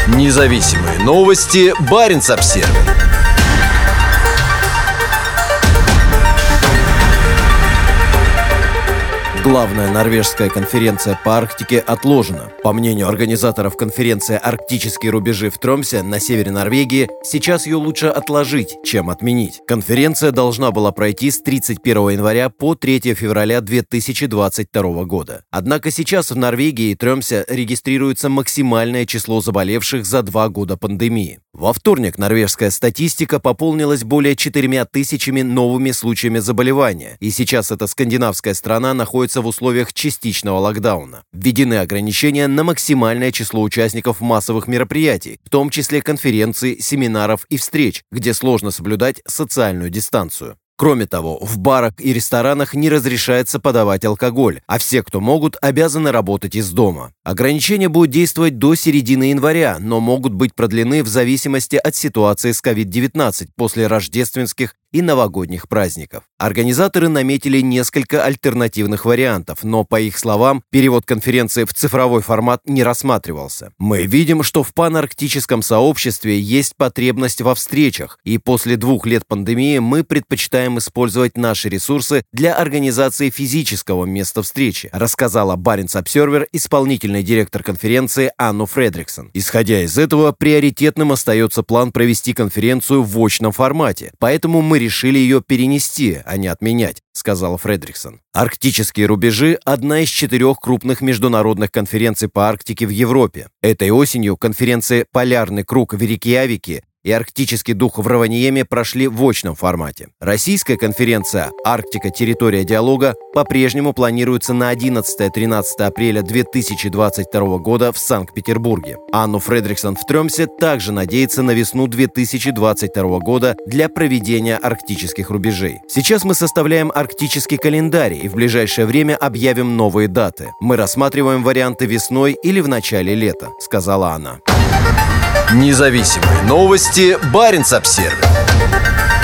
Независимые новости. Баренц-Обсервис. Главная норвежская конференция по Арктике отложена. По мнению организаторов конференции «Арктические рубежи» в Тромсе на севере Норвегии, сейчас ее лучше отложить, чем отменить. Конференция должна была пройти с 31 января по 3 февраля 2022 года. Однако сейчас в Норвегии и Тромсе регистрируется максимальное число заболевших за 2 года пандемии. Во вторник норвежская статистика пополнилась более 4000 новыми случаями заболевания, и сейчас эта скандинавская страна находится в условиях частичного локдауна. Введены ограничения на максимальное число участников массовых мероприятий, в том числе конференций, семинаров и встреч, где сложно соблюдать социальную дистанцию. Кроме того, в барах и ресторанах не разрешается подавать алкоголь, а все, кто могут, обязаны работать из дома. Ограничения будут действовать до середины января, но могут быть продлены в зависимости от ситуации с COVID-19 после рождественских и новогодних праздников. Организаторы наметили несколько альтернативных вариантов, но, по их словам, перевод конференции в цифровой формат не рассматривался. «Мы видим, что в панарктическом сообществе есть потребность во встречах, и после 2 лет пандемии мы предпочитаем использовать наши ресурсы для организации физического места встречи», рассказала Баренц-Обсервис исполнительный директор конференции Анна Фредриксон. Исходя из этого, приоритетным остается план провести конференцию в очном формате, поэтому мы решили ее перенести, а не отменять, сказала Фредриксон. Арктические рубежи – одна из 4 крупных международных конференций по Арктике в Европе. Этой осенью конференции «Полярный круг» в Рейкьявике и «Арктический дух» в Раваньеме прошли в очном формате. Российская конференция «Арктика. Территория диалога» по-прежнему планируется на 11-13 апреля 2022 года в Санкт-Петербурге. Анну Фредриксон в Тромсе также надеется на весну 2022 года для проведения арктических рубежей. «Сейчас мы составляем арктический календарь и в ближайшее время объявим новые даты. Мы рассматриваем варианты весной или в начале лета», — сказала она. Независимые новости. Баренц-Обсервис.